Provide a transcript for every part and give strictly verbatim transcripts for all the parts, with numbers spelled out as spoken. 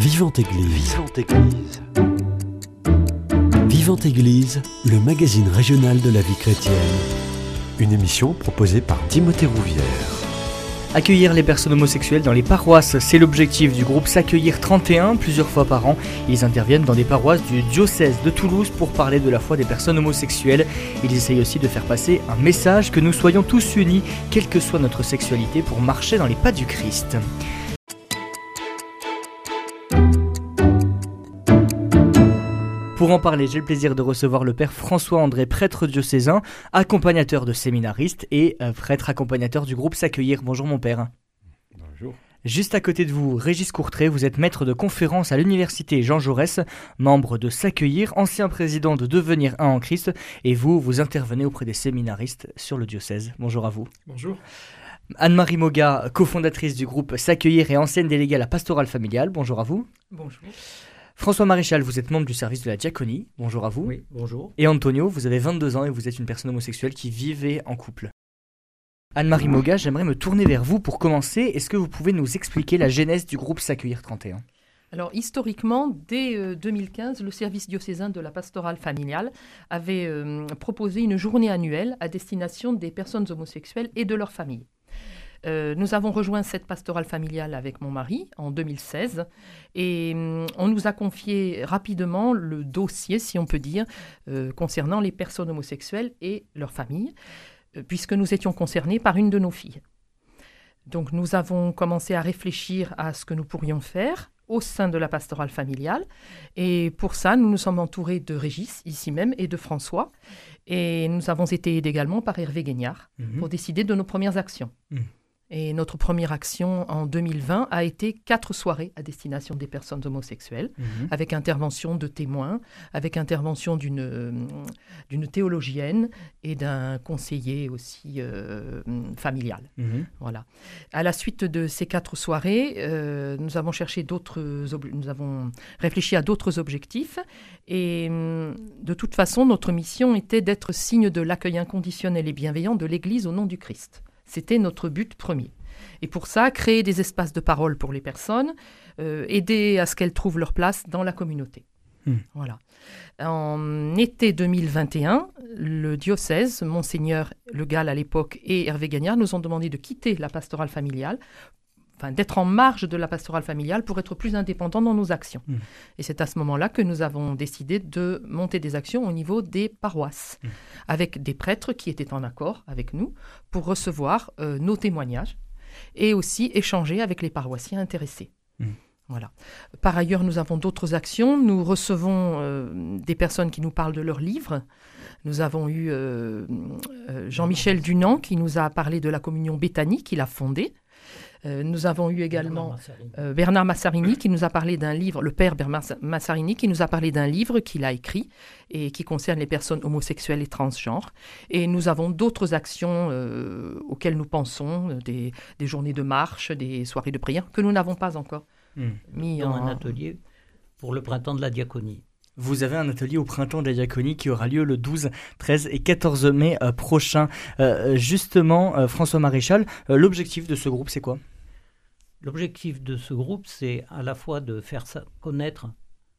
Vivante Église. Vivante Église. Vivante Église, le magazine régional de la vie chrétienne. Une émission proposée par Timothée Rouvière. Accueillir les personnes homosexuelles dans les paroisses, c'est l'objectif du groupe S'accueillir trente et un. Plusieurs fois par an, ils interviennent dans des paroisses du diocèse de Toulouse pour parler de la foi des personnes homosexuelles. Ils essayent aussi de faire passer un message, que nous soyons tous unis, quelle que soit notre sexualité, pour marcher dans les pas du Christ. Pour en parler, j'ai le plaisir de recevoir le père François-André, prêtre diocésain, accompagnateur de séminaristes et euh, prêtre accompagnateur du groupe S'accueillir. Bonjour mon père. Bonjour. Juste à côté de vous, Régis Courtrai, vous êtes maître de conférence à l'université Jean Jaurès, membre de S'accueillir, ancien président de Devenir un en Christ, et vous, vous intervenez auprès des séminaristes sur le diocèse. Bonjour à vous. Bonjour. Anne-Marie Moga, cofondatrice du groupe S'accueillir et ancienne déléguée à la pastorale familiale. Bonjour à vous. Bonjour. François Maréchal, vous êtes membre du service de la diaconie. Bonjour à vous. Oui, bonjour. Et Antonio, vous avez vingt-deux ans et vous êtes une personne homosexuelle qui vivait en couple. Anne-Marie Moga, j'aimerais me tourner vers vous pour commencer. Est-ce que vous pouvez nous expliquer la genèse du groupe S'accueillir trente et un ? Alors, historiquement, dès euh, deux mille quinze, le service diocésain de la pastorale familiale avait euh, proposé une journée annuelle à destination des personnes homosexuelles et de leurs familles. Euh, nous avons rejoint cette pastorale familiale avec mon mari en deux mille seize et euh, on nous a confié rapidement le dossier, si on peut dire, euh, concernant les personnes homosexuelles et leurs familles, euh, puisque nous étions concernés par une de nos filles. Donc nous avons commencé à réfléchir à ce que nous pourrions faire au sein de la pastorale familiale. Et pour ça, nous nous sommes entourés de Régis, ici même, et de François. Et nous avons été aidés également par Hervé Guignard mmh. pour décider de nos premières actions. Mmh. Et notre première action en deux mille vingt a été quatre soirées à destination des personnes homosexuelles, mmh. avec intervention de témoins, avec intervention d'une, euh, d'une théologienne et d'un conseiller aussi euh, familial. Mmh. Voilà. À la suite de ces quatre soirées, euh, nous avons cherché d'autres, ob- nous avons réfléchi à d'autres objectifs. Et de toute façon, notre mission était d'être signe de l'accueil inconditionnel et bienveillant de l'Église au nom du Christ. C'était notre but premier. Et pour ça, créer des espaces de parole pour les personnes, euh, aider à ce qu'elles trouvent leur place dans la communauté. Mmh. Voilà. En été deux mille vingt et un, le diocèse, Monseigneur Le Gall à l'époque et Hervé Guignard nous ont demandé de quitter la pastorale familiale, enfin d'être en marge de la pastorale familiale pour être plus indépendants dans nos actions. Mmh. Et c'est à ce moment-là que nous avons décidé de monter des actions au niveau des paroisses, mmh. avec des prêtres qui étaient en accord avec nous pour recevoir euh, nos témoignages et aussi échanger avec les paroissiens intéressés. Mmh. Voilà. Par ailleurs, nous avons d'autres actions. Nous recevons euh, des personnes qui nous parlent de leurs livres. Nous avons eu euh, euh, Jean-Michel Dunant qui nous a parlé de la communion Béthanie qu'il a fondée. Euh, nous avons eu également Bernard Massarini. Euh, Bernard Massarini qui nous a parlé d'un livre, le père Bernard Massarini qui nous a parlé d'un livre qu'il a écrit et qui concerne les personnes homosexuelles et transgenres. Et nous avons d'autres actions euh, auxquelles nous pensons, des, des journées de marche, des soirées de prière que nous n'avons pas encore mmh. mis dans en... un atelier pour le printemps de la diaconie. Vous avez un atelier au printemps de la diaconie qui aura lieu le douze, treize et quatorze mai euh, prochain. Euh, justement, euh, François Maréchal, euh, l'objectif de ce groupe, c'est quoi ? L'objectif de ce groupe, c'est à la fois de faire ça, connaître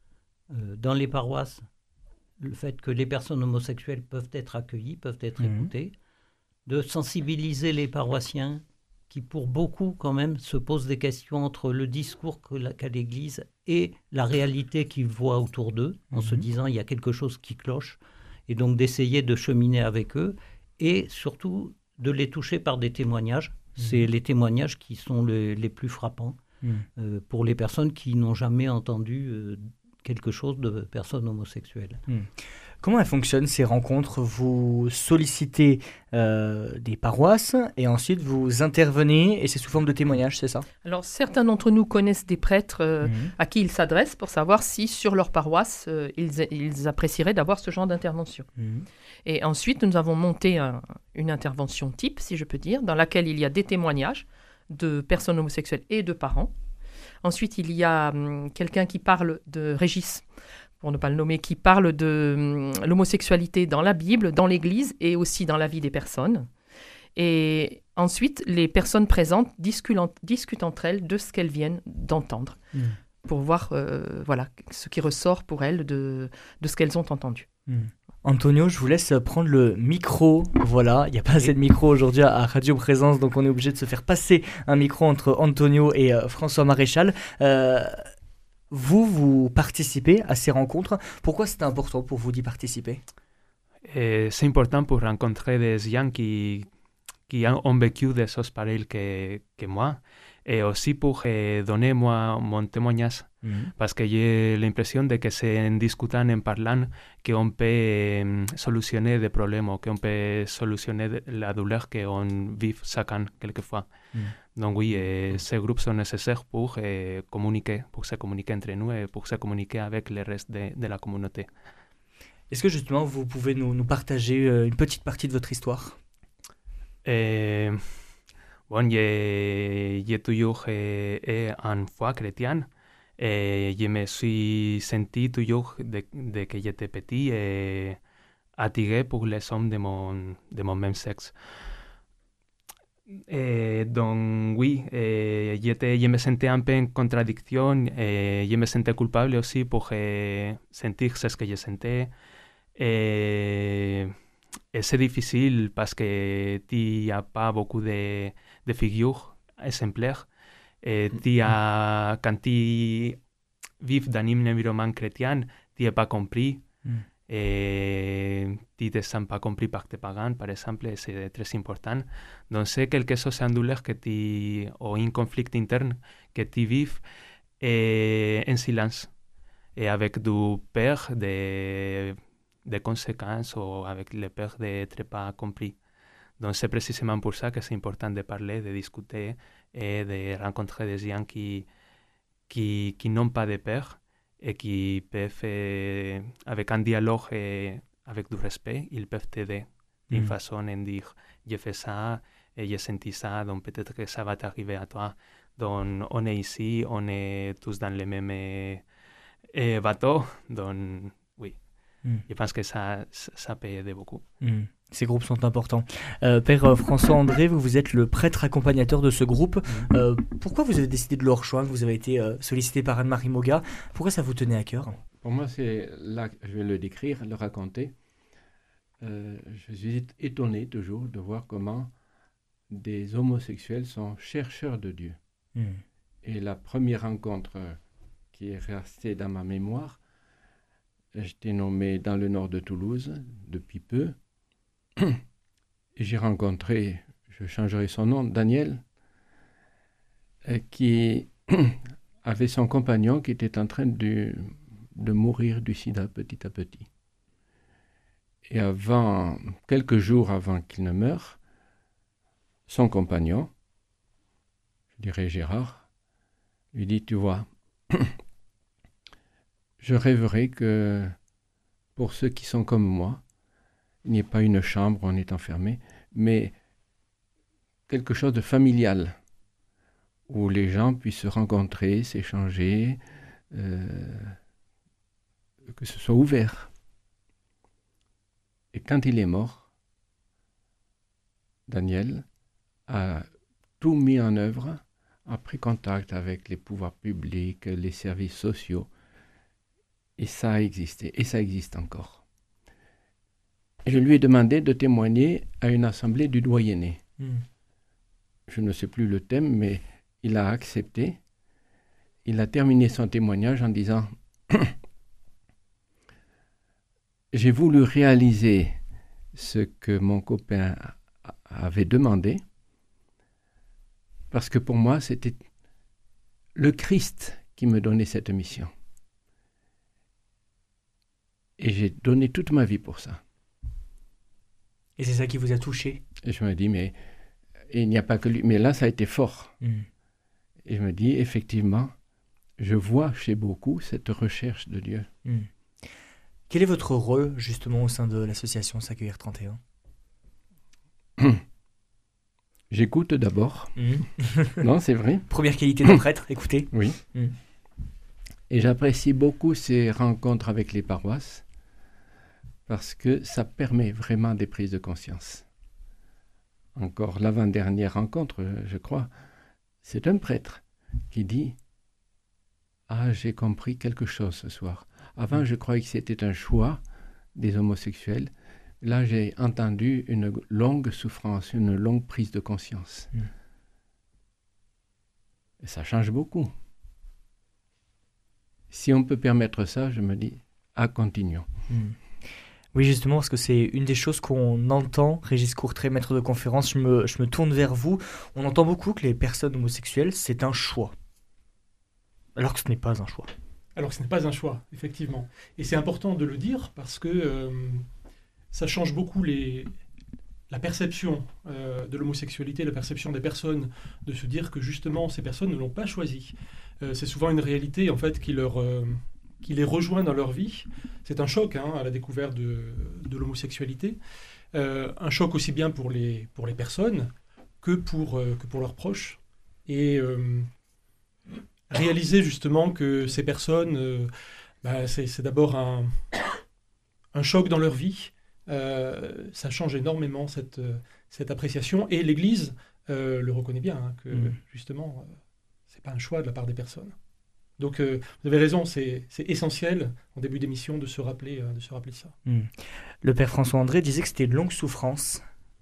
euh, dans les paroisses le fait que les personnes homosexuelles peuvent être accueillies, peuvent être mmh. écoutées, de sensibiliser les paroissiens qui, pour beaucoup, quand même, se posent des questions entre le discours que la, qu'a l'Église et la réalité qu'ils voient autour d'eux, en mmh. se disant il y a quelque chose qui cloche, et donc d'essayer de cheminer avec eux, et surtout de les toucher par des témoignages. Mmh. C'est les témoignages qui sont les, les plus frappants mmh. euh, pour les personnes qui n'ont jamais entendu euh, quelque chose de personnes homosexuelles. Mmh. Comment elles fonctionnent ces rencontres ? Vous sollicitez euh, des paroisses et ensuite vous intervenez et c'est sous forme de témoignages, c'est ça ? Alors certains d'entre nous connaissent des prêtres euh, mmh. à qui ils s'adressent pour savoir si sur leur paroisse euh, ils, ils apprécieraient d'avoir ce genre d'intervention. Mmh. Et ensuite nous avons monté un, une intervention type, si je peux dire, dans laquelle il y a des témoignages de personnes homosexuelles et de parents. Ensuite il y a hum, quelqu'un qui parle de Régis, pour ne pas le nommer, qui parle de hum, l'homosexualité dans la Bible, dans l'Église et aussi dans la vie des personnes. Et ensuite, les personnes présentes discutent, discutent entre elles de ce qu'elles viennent d'entendre. Mmh. pour voir euh, voilà, ce qui ressort pour elles de, de ce qu'elles ont entendu. Mmh. Antonio, je vous laisse prendre le micro. Voilà, il n'y a pas assez de micro aujourd'hui à Radio Présence, donc on est obligé de se faire passer un micro entre Antonio et euh, François Maréchal. Euh, vous, vous participez à ces rencontres. Pourquoi c'est important pour vous d'y participer ? Et c'est important pour rencontrer des gens qui, qui ont vécu des choses pareilles que, que moi, et aussi pour eh, donner moi mon témoignage. Mm-hmm. Parce que j'ai l'impression de que c'est en discutant, en parlant, qu'on peut eh, solutionner des problèmes, ou qu'on peut solutionner la douleur qu'on vit chacun quelquefois. Mm. Donc oui, eh, ces groupes sont nécessaires pour eh, communiquer, pour se communiquer entre nous et pour se communiquer avec le reste de, de la communauté. Est-ce que justement vous pouvez nous, nous partager une petite partie de votre histoire ? eh, Bon, j'ai, j'ai toujours eh, une foi chrétienne et je me suis senti toujours, de, de que j'étais petit, eh, attiré pour les hommes de mon, de mon même sexe. Et donc oui, eh, j'étais, je me sentais un peu en contradiction et je me sentais coupable aussi pour eh, sentir ce que je sentais. Et, et c'est difficile parce qu'il n'y a pas beaucoup de, de figures exemplaires. Et y a, quand tu vis dans un environnement chrétien, tu n'es pas compris. Mm. Et tu ne te sens pas compris par tes parents, par exemple, et c'est très important. Donc c'est quelque chose en douleur que tu, ou un conflit interne que tu vis et en silence. Et avec du peur de... des conséquences ou avec le peur d'être pas compris. Donc c'est précisément pour ça que c'est important de parler, de discuter et de rencontrer des gens qui, qui, qui n'ont pas de peur et qui peuvent, eh, avec un dialogue et avec du respect, ils peuvent t'aider d'une mmh. façon en dire j'ai fait ça et j'ai senti ça, donc peut-être que ça va t'arriver à toi. Donc on est ici, on est tous dans le même eh, bateau, donc oui. Mm. Je pense que ça, ça peut aider beaucoup. Mm. Ces groupes sont importants. Euh, Père euh, François-André, vous, vous êtes le prêtre accompagnateur de ce groupe. Mm. Euh, pourquoi vous avez décidé de le rejoindre ? Vous avez été euh, sollicité par Anne-Marie Moga. Pourquoi ça vous tenait à cœur ? Pour moi, c'est là, je vais le décrire, le raconter. Euh, je suis étonné toujours de voir comment des homosexuels sont chercheurs de Dieu. Mm. Et la première rencontre qui est restée dans ma mémoire, j'étais nommé dans le nord de Toulouse depuis peu. Et j'ai rencontré, je changerai son nom, Daniel, euh, qui avait son compagnon qui était en train de, de mourir du sida petit à petit. Et avant, quelques jours avant qu'il ne meure, son compagnon, je dirais Gérard, lui dit, tu vois, je rêverais que pour ceux qui sont comme moi, il n'y ait pas une chambre où on est enfermé, mais quelque chose de familial, où les gens puissent se rencontrer, s'échanger, euh, que ce soit ouvert. Et quand il est mort, Daniel a tout mis en œuvre, a pris contact avec les pouvoirs publics, les services sociaux, et ça a existé, et ça existe encore. Je lui ai demandé de témoigner à une assemblée du doyenné. Mmh. Je ne sais plus le thème, mais il a accepté. Il a terminé son témoignage en disant « J'ai voulu réaliser ce que mon copain avait demandé, parce que pour moi, c'était le Christ qui me donnait cette mission. Et j'ai donné toute ma vie pour ça. » Et c'est ça qui vous a touché ? Et je me dis, mais il n'y a pas que lui. Mais là, ça a été fort. Mm. Et je me dis, effectivement, je vois chez beaucoup cette recherche de Dieu. Mm. Quel est votre rôle, justement, au sein de l'association S'accueillir trente et un ? J'écoute d'abord. Mm. Non, c'est vrai. Première qualité de prêtre, écoutez. Oui. Mm. Et j'apprécie beaucoup ces rencontres avec les paroisses, parce que ça permet vraiment des prises de conscience. Encore l'avant-dernière rencontre, je crois, c'est un prêtre qui dit ah, j'ai compris quelque chose ce soir. Avant, je croyais que c'était un choix des homosexuels. Là, j'ai entendu une longue souffrance, une longue prise de conscience. Mmh. Et ça change beaucoup. Si on peut permettre ça, je me dis, ah, continuons. Mmh. Oui, justement, parce que c'est une des choses qu'on entend. Régis Courtrai, maître de conférence, je me, je me tourne vers vous. On entend beaucoup que les personnes homosexuelles, c'est un choix. Alors que ce n'est pas un choix. Alors que ce n'est pas un choix, effectivement. Et c'est important de le dire parce que euh, ça change beaucoup les, la perception euh, de l'homosexualité, la perception des personnes, de se dire que justement, ces personnes ne l'ont pas choisi. Euh, c'est souvent une réalité, en fait, qui leur... Euh, qui les rejoint dans leur vie. C'est un choc hein, à la découverte de, de l'homosexualité. Euh, un choc aussi bien pour les, pour les personnes que pour, euh, que pour leurs proches. Et euh, réaliser justement que ces personnes, euh, bah, c'est, c'est d'abord un, un choc dans leur vie. Euh, ça change énormément cette, cette appréciation. Et l'Église euh, le reconnaît bien, hein, que mmh. justement, euh, c'est pas un choix de la part des personnes. Donc, euh, vous avez raison, c'est, c'est essentiel, en début d'émission, de se rappeler, euh, de se rappeler ça. Mmh. Le père François André disait que c'était une longue souffrance.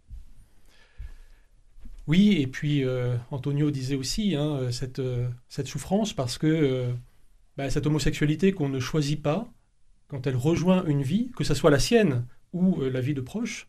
Oui, et puis euh, Antonio disait aussi hein, cette, euh, cette souffrance, parce que euh, bah, cette homosexualité qu'on ne choisit pas, quand elle rejoint une vie, que ce soit la sienne ou euh, la vie de proche,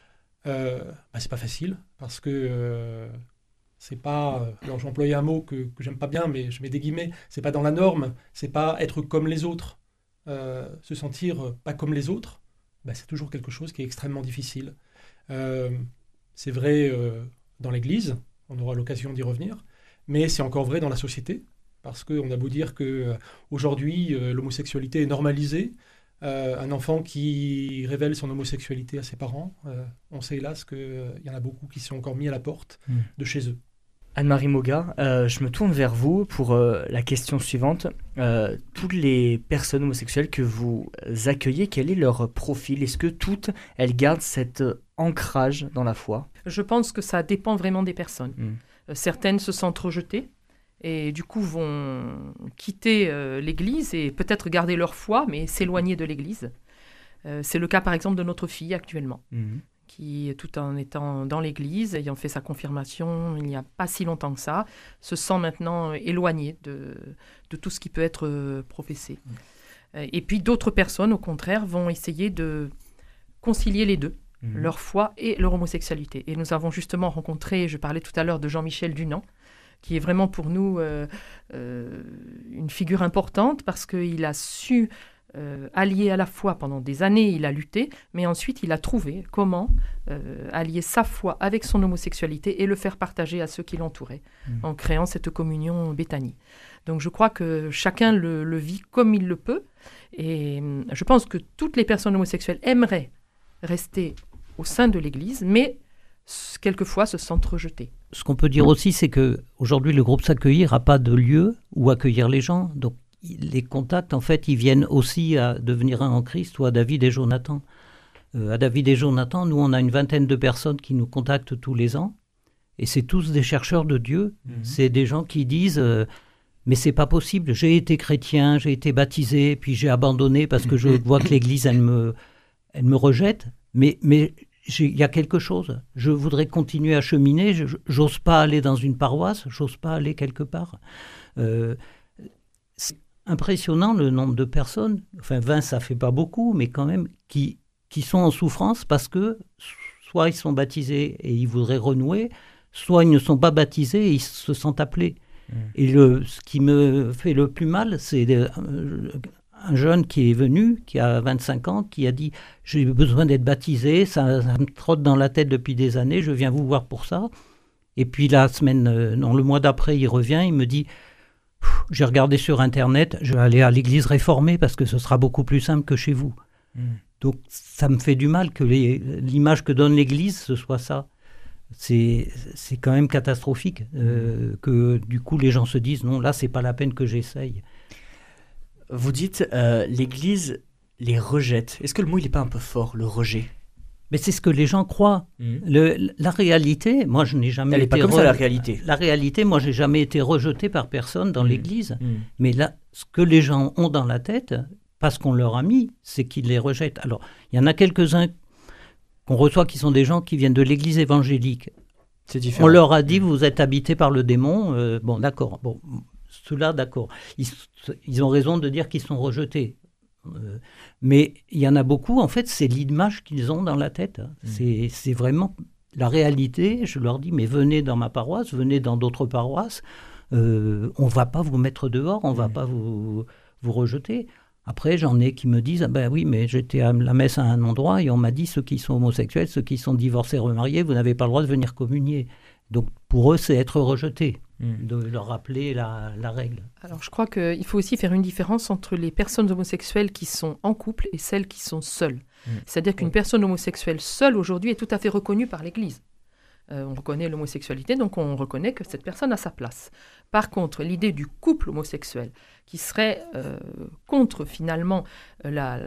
euh, bah, c'est pas facile, parce que... Euh, c'est pas, alors j'employais un mot que, que j'aime pas bien, mais je mets des guillemets, c'est pas dans la norme, c'est pas être comme les autres. Euh, se sentir pas comme les autres, bah, c'est toujours quelque chose qui est extrêmement difficile. Euh, c'est vrai euh, dans l'Église, on aura l'occasion d'y revenir, mais c'est encore vrai dans la société, parce qu'on a beau dire qu'aujourd'hui, euh, l'homosexualité est normalisée. Euh, un enfant qui révèle son homosexualité à ses parents, euh, on sait hélas qu'il euh, y en a beaucoup qui sont encore mis à la porte mmh. de chez eux. Anne-Marie Moga, euh, je me tourne vers vous pour euh, la question suivante. Euh, toutes les personnes homosexuelles que vous accueillez, quel est leur profil ? Est-ce que toutes, elles gardent cet ancrage dans la foi ? Je pense que ça dépend vraiment des personnes. Mmh. Euh, certaines se sentent rejetées et du coup vont quitter euh, l'Église et peut-être garder leur foi, mais s'éloigner de l'Église. Euh, c'est le cas par exemple de notre fille actuellement. Mmh. qui, tout en étant dans l'Église, ayant fait sa confirmation il n'y a pas si longtemps que ça, se sent maintenant éloigné de, de tout ce qui peut être euh, professé. Mmh. Et puis d'autres personnes, au contraire, vont essayer de concilier les deux, mmh. leur foi et leur homosexualité. Et nous avons justement rencontré, je parlais tout à l'heure de Jean-Michel Dunant, qui est vraiment pour nous euh, euh, une figure importante parce qu'il a su... Euh, allié à la foi pendant des années, il a lutté, mais ensuite il a trouvé comment euh, allier sa foi avec son homosexualité et le faire partager à ceux qui l'entouraient, mmh. en créant cette communion Béthanie. Donc je crois que chacun le, le vit comme il le peut, et euh, je pense que toutes les personnes homosexuelles aimeraient rester au sein de l'Église, mais quelquefois se sentent rejetées. Ce qu'on peut dire aussi, c'est qu'aujourd'hui le groupe S'accueillir n'a pas de lieu où accueillir les gens, donc les contacts, en fait, ils viennent aussi à devenir un en Christ ou à David et Jonathan. Euh, à David et Jonathan, nous, on a une vingtaine de personnes qui nous contactent tous les ans. Et c'est tous des chercheurs de Dieu. Mmh. C'est des gens qui disent euh, « Mais c'est pas possible, j'ai été chrétien, j'ai été baptisé, puis j'ai abandonné parce que je vois que l'Église, elle me, elle me rejette. Mais, mais il y a quelque chose. Je voudrais continuer à cheminer. Je, j'ose pas aller dans une paroisse, j'ose pas aller quelque part. Euh, » C'est impressionnant le nombre de personnes, enfin vingt ça fait pas beaucoup, mais quand même, qui, qui sont en souffrance parce que soit ils sont baptisés et ils voudraient renouer, soit ils ne sont pas baptisés et ils se sentent appelés. Mmh. Et le, ce qui me fait le plus mal, c'est de, euh, un jeune qui est venu, qui a vingt-cinq ans, qui a dit « j'ai besoin d'être baptisé, ça, ça me trotte dans la tête depuis des années, je viens vous voir pour ça ». Et puis la semaine, euh, non, le mois d'après, il revient, il me dit « j'ai regardé sur Internet, je vais aller à l'église réformée parce que ce sera beaucoup plus simple que chez vous. Mmh. » Donc ça me fait du mal que les, l'image que donne l'église, ce soit ça. C'est, c'est quand même catastrophique euh, mmh. que du coup les gens se disent non, là c'est pas la peine que j'essaye. Vous dites euh, l'église les rejette. Est-ce que le mot il n'est pas un peu fort, le rejet ? Mais c'est ce que les gens croient. Mmh. Le, la réalité, moi je n'ai jamais Elle été... Elle n'est pas comme re... ça la réalité. La réalité, moi j'ai jamais été rejeté par personne dans mmh. l'Église. Mmh. Mais là, ce que les gens ont dans la tête, parce qu'on leur a mis, c'est qu'ils les rejettent. Alors, il y en a quelques-uns qu'on reçoit qui sont des gens qui viennent de l'Église évangélique. C'est différent. On leur a dit, mmh. vous êtes habité par le démon. Euh, bon, d'accord. Bon, ceux-là, d'accord. Ils, ils ont raison de dire qu'ils sont rejetés. Euh, mais il y en a beaucoup, en fait, c'est l'image qu'ils ont dans la tête. Mmh. C'est, c'est vraiment la réalité. Je leur dis, mais venez dans ma paroisse, venez dans d'autres paroisses. Euh, on ne va pas vous mettre dehors, on ne mmh. va pas vous, vous rejeter. Après, j'en ai qui me disent, ah ben oui, mais j'étais à la messe à un endroit et on m'a dit, ceux qui sont homosexuels, ceux qui sont divorcés, remariés, vous n'avez pas le droit de venir communier. Donc, pour eux, c'est être rejeté, mmh. de leur rappeler la, la règle. Alors, je crois qu'il faut aussi faire une différence entre les personnes homosexuelles qui sont en couple et celles qui sont seules. Mmh. C'est-à-dire qu'une oui. personne homosexuelle seule, aujourd'hui, est tout à fait reconnue par l'Église. Euh, on reconnaît l'homosexualité, donc on reconnaît que cette personne a sa place. Par contre, l'idée du couple homosexuel, qui serait euh, contre, finalement, la...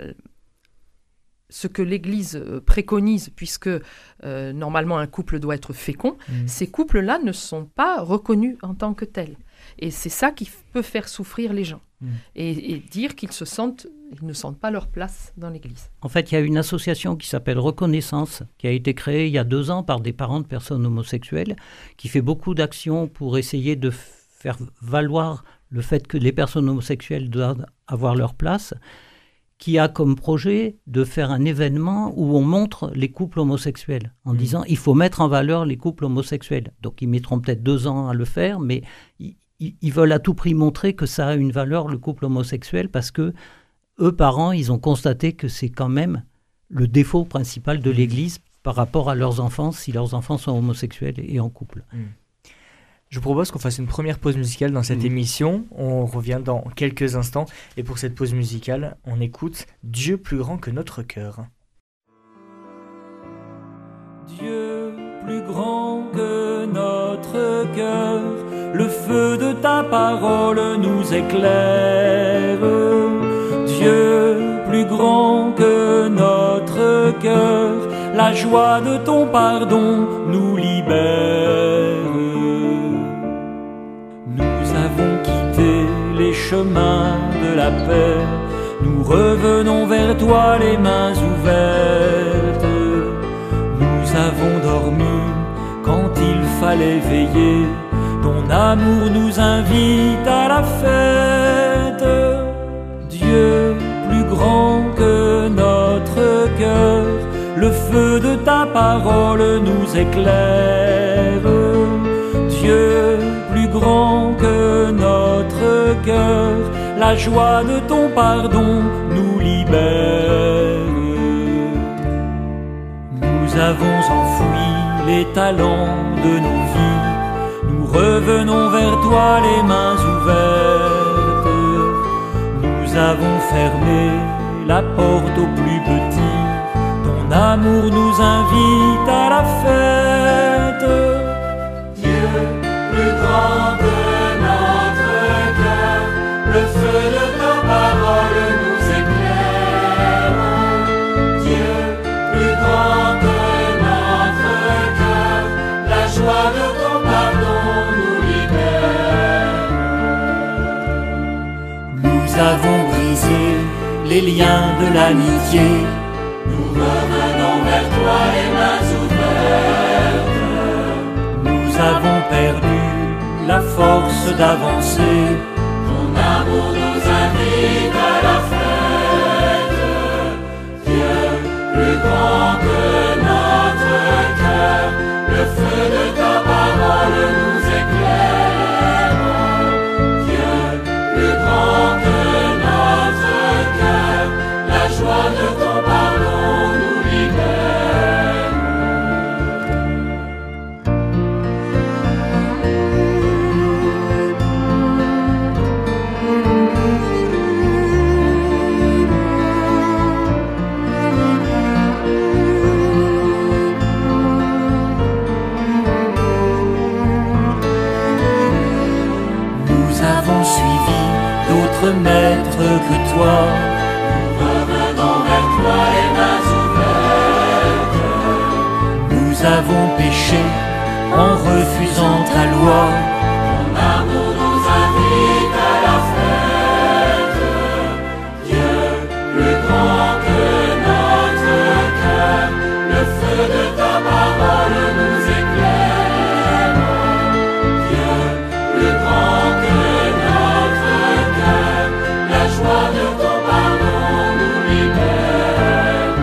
ce que l'Église préconise, puisque euh, normalement un couple doit être fécond, mmh. ces couples-là ne sont pas reconnus en tant que tels. Et c'est ça qui f- peut faire souffrir les gens. Mmh. Et, et dire qu'ils se sentent, ils ne sentent pas leur place dans l'Église. En fait, il y a une association qui s'appelle Reconnaissance, qui a été créée il y a deux ans par des parents de personnes homosexuelles, qui fait beaucoup d'actions pour essayer de faire valoir le fait que les personnes homosexuelles doivent avoir leur place, qui a comme projet de faire un événement où on montre les couples homosexuels, en mmh. disant il faut mettre en valeur les couples homosexuels. Donc ils mettront peut-être deux ans à le faire, mais ils, ils veulent à tout prix montrer que ça a une valeur, le couple homosexuel, parce que eux, parents, ils ont constaté que c'est quand même le défaut principal de mmh. l'Église par rapport à leurs enfants, si leurs enfants sont homosexuels et en couple. Mmh. Je vous propose qu'on fasse une première pause musicale dans cette mmh. émission. On revient dans quelques instants. Et pour cette pause musicale, on écoute « Dieu plus grand que notre cœur ». Dieu plus grand que notre cœur, le feu de ta parole nous éclaire. Dieu plus grand que notre cœur, la joie de ton pardon nous libère. Nous avons quitté les chemins de la paix, nous revenons vers toi les mains ouvertes. Nous avons dormi quand il fallait veiller, ton amour nous invite à la fête. Dieu plus grand que notre cœur, le feu de ta parole nous éclaire. Dieu plus grand que notre cœur, la joie de ton pardon nous libère. Nous avons enfoui les talents de nos vies, nous revenons vers toi les mains ouvertes. Nous avons fermé la porte aux plus petits, ton amour nous invite à la fête. Dieu plus grand que notre cœur, le feu de ta parole nous éclaire. Dieu plus grand que notre cœur, la joie de ton pardon nous libère. Nous avons brisé les liens de l'amitié, nous revenons vers toi les mains ouvertes. Nous avons perdu la force d'avancer, ton amour nous invite à la fête. Dieu plus grand que notre cœur, le feu de ta parole nous éclaire. Dieu plus grand que notre cœur, la joie de ton pardon nous libère. D'autres maîtres que toi, nous revenons vers toi les mains ouvertes. nous avons péché en refusant ta loi. Ton amour nous invite à la fête. Dieu, plus grand que notre cœur, le feu de ta parole nous éclaire. Dieu, plus grand que notre cœur, la joie de ton pardon nous libère.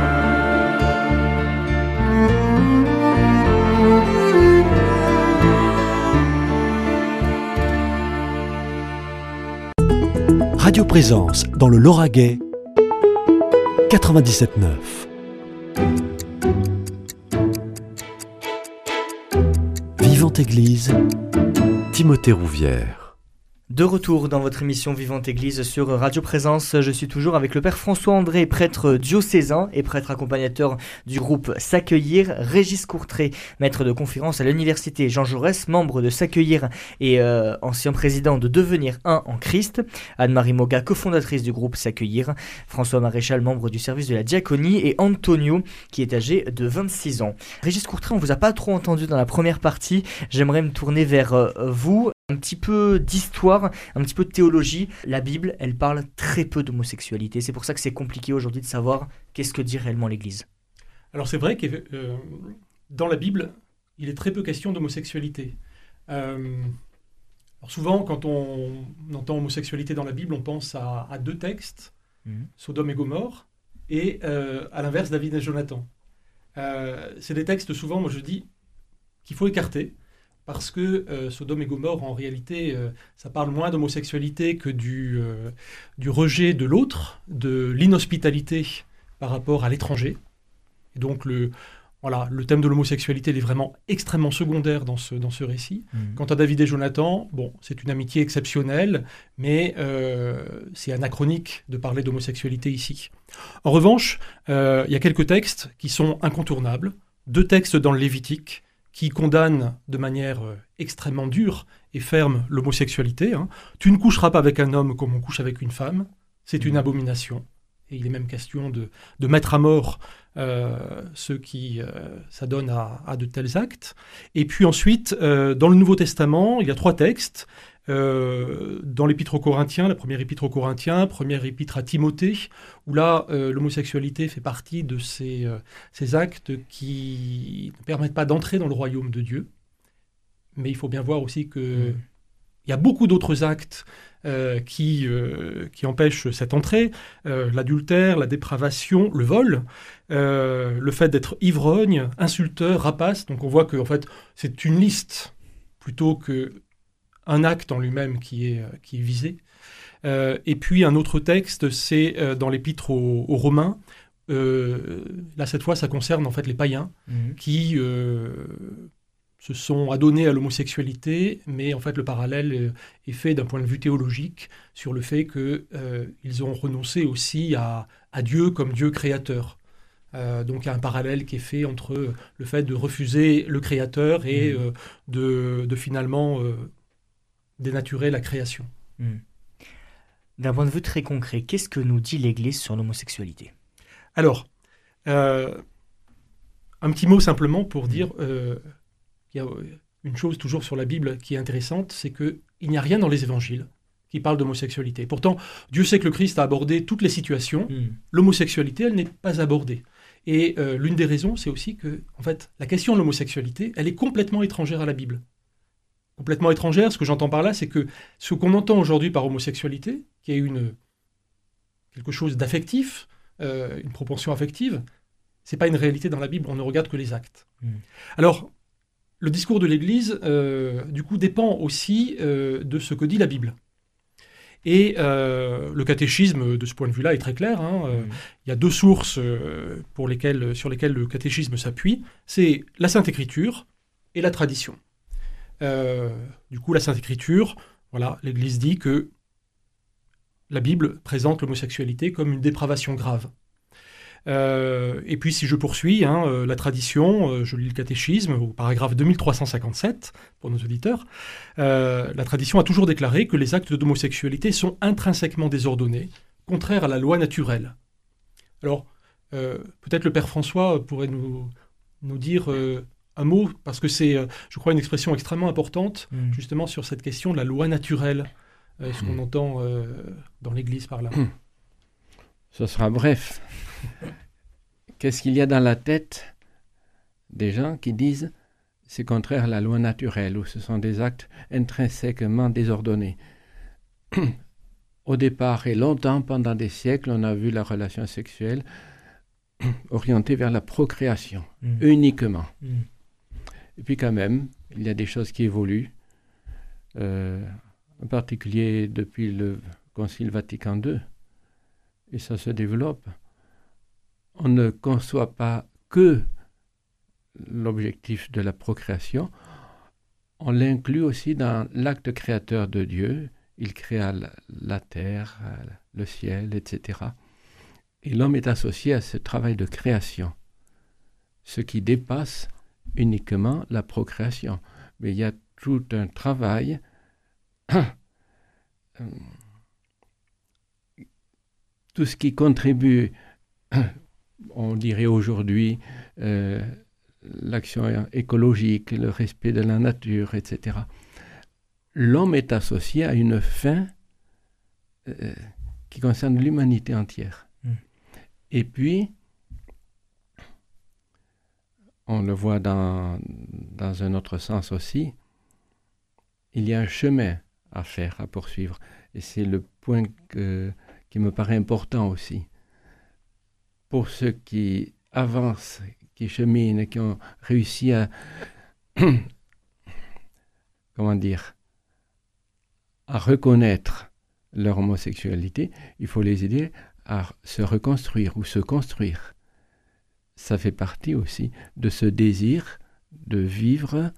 Radio Présence dans le Lauragais, quatre-vingt-dix-sept neuf. Vivante Église, Timothée Rouvière. De retour dans votre émission Vivante Église sur Radio Présence, je suis toujours avec le Père François-André, prêtre diocésain et prêtre accompagnateur du groupe S'Accueillir, Régis Courtrai, maître de conférence à l'université Jean Jaurès, membre de S'Accueillir et euh, ancien président de Devenir un en Christ, Anne-Marie Moga, cofondatrice du groupe S'Accueillir, François Maréchal, membre du service de la diaconie, et Antonio, qui est âgé de vingt-six ans. Régis Courtrai, on vous a pas trop entendu dans la première partie, j'aimerais me tourner vers euh, vous. Un petit peu d'histoire, un petit peu de théologie. La Bible, elle parle très peu d'homosexualité. C'est pour ça que c'est compliqué aujourd'hui de savoir qu'est-ce que dit réellement l'Église. Alors c'est vrai que euh, dans la Bible, il est très peu question d'homosexualité. Euh, alors souvent, quand on entend homosexualité dans la Bible, on pense à, à deux textes, mmh. Sodome et Gomorrhe, et euh, à l'inverse, David et Jonathan. Euh, c'est des textes, souvent, moi je dis, qu'il faut écarter. Parce que euh, Sodome et Gomorrhe, en réalité, euh, ça parle moins d'homosexualité que du, euh, du rejet de l'autre, de l'inhospitalité par rapport à l'étranger. Et donc, le, voilà, le thème de l'homosexualité il est vraiment extrêmement secondaire dans ce, dans ce récit. Mmh. Quant à David et Jonathan, bon, c'est une amitié exceptionnelle, mais euh, c'est anachronique de parler d'homosexualité ici. En revanche, euh, il y a quelques textes qui sont incontournables. Deux textes dans le Lévitique, qui condamne de manière euh, extrêmement dure et ferme l'homosexualité. Hein. Tu ne coucheras pas avec un homme comme on couche avec une femme, c'est une abomination. Et il est même question de, de mettre à mort euh, ceux qui euh, s'adonnent à, à de tels actes. Et puis ensuite, euh, dans le Nouveau Testament, il y a trois textes. Euh, dans l'épître aux Corinthiens, la première épître aux Corinthiens, première épître à Timothée, où là, euh, l'homosexualité fait partie de ces, euh, ces actes qui ne permettent pas d'entrer dans le royaume de Dieu. Mais il faut bien voir aussi qu'il mmh. y a beaucoup d'autres actes euh, qui, euh, qui empêchent cette entrée. Euh, l'adultère, la dépravation, le vol, euh, le fait d'être ivrogne, insulteur, rapace. Donc on voit que en fait, c'est une liste plutôt que un acte en lui-même qui est, qui est visé. Euh, et puis un autre texte, c'est euh, dans l'épître aux, aux Romains. Euh, là, cette fois, ça concerne en fait les païens mmh. qui euh, se sont adonnés à l'homosexualité, mais en fait, le parallèle est fait d'un point de vue théologique sur le fait qu'ils euh, ont renoncé aussi à, à Dieu comme Dieu créateur. Euh, donc il y a un parallèle qui est fait entre le fait de refuser le créateur et mmh. euh, de, de finalement... Euh, dénaturer la création. Mmh. D'un point de vue très concret, qu'est-ce que nous dit l'Église sur l'homosexualité ? Alors, euh, un petit mot simplement pour dire euh, qu'il y a une chose toujours sur la Bible qui est intéressante, c'est qu'il n'y a rien dans les évangiles qui parle d'homosexualité. Pourtant, Dieu sait que le Christ a abordé toutes les situations. Mmh. L'homosexualité, elle n'est pas abordée. Et euh, l'une des raisons, c'est aussi que, en fait, la question de l'homosexualité, elle est complètement étrangère à la Bible. Complètement étrangère, ce que j'entends par là, c'est que ce qu'on entend aujourd'hui par homosexualité, qui est une, quelque chose d'affectif, euh, une propension affective, c'est pas une réalité dans la Bible, on ne regarde que les actes. Mmh. Alors, le discours de l'Église, euh, du coup, dépend aussi euh, de ce que dit la Bible. Et euh, le catéchisme, de ce point de vue-là, est très clair. Hein. Euh, mmh. Il y a deux sources euh, pour lesquelles, sur lesquelles le catéchisme s'appuie. C'est la Sainte Écriture et la tradition. Euh, du coup, la Sainte Écriture, voilà, l'Église dit que la Bible présente l'homosexualité comme une dépravation grave. Euh, et puis, si je poursuis, hein, euh, la tradition, euh, je lis le catéchisme au paragraphe deux mille trois cent cinquante-sept, pour nos auditeurs, euh, la tradition a toujours déclaré que les actes d'homosexualité sont intrinsèquement désordonnés, contraires à la loi naturelle. Alors, euh, peut-être le Père François pourrait nous, nous dire... Euh, un mot, parce que c'est, euh, je crois, une expression extrêmement importante, Mmh. justement, sur cette question de la loi naturelle, euh, ce qu'on Mmh. entend euh, dans l'Église par là. Ce sera bref. Qu'est-ce qu'il y a dans la tête des gens qui disent c'est contraire à la loi naturelle ou ce sont des actes intrinsèquement désordonnés? Au départ et longtemps, pendant des siècles, on a vu la relation sexuelle orientée vers la procréation, Mmh. uniquement. Mmh. Et puis quand même, il y a des choses qui évoluent, euh, en particulier depuis le Concile Vatican deux, et ça se développe. On ne conçoit pas que l'objectif de la procréation, on l'inclut aussi dans l'acte créateur de Dieu. Il créa la, la terre, le ciel, et cetera. Et l'homme est associé à ce travail de création, ce qui dépasse uniquement la procréation. Mais il y a tout un travail tout ce qui contribue, on dirait aujourd'hui, euh, l'action écologique, le respect de la nature, et cetera. L'homme est associé à une fin euh, qui concerne l'humanité entière. Mm. Et puis, on le voit dans, dans un autre sens aussi, il y a un chemin à faire, à poursuivre. Et c'est le point que, qui me paraît important aussi. Pour ceux qui avancent, qui cheminent, qui ont réussi à, comment dire, à reconnaître leur homosexualité, il faut les aider à se reconstruire ou se construire. Ça fait partie aussi de ce désir de vivre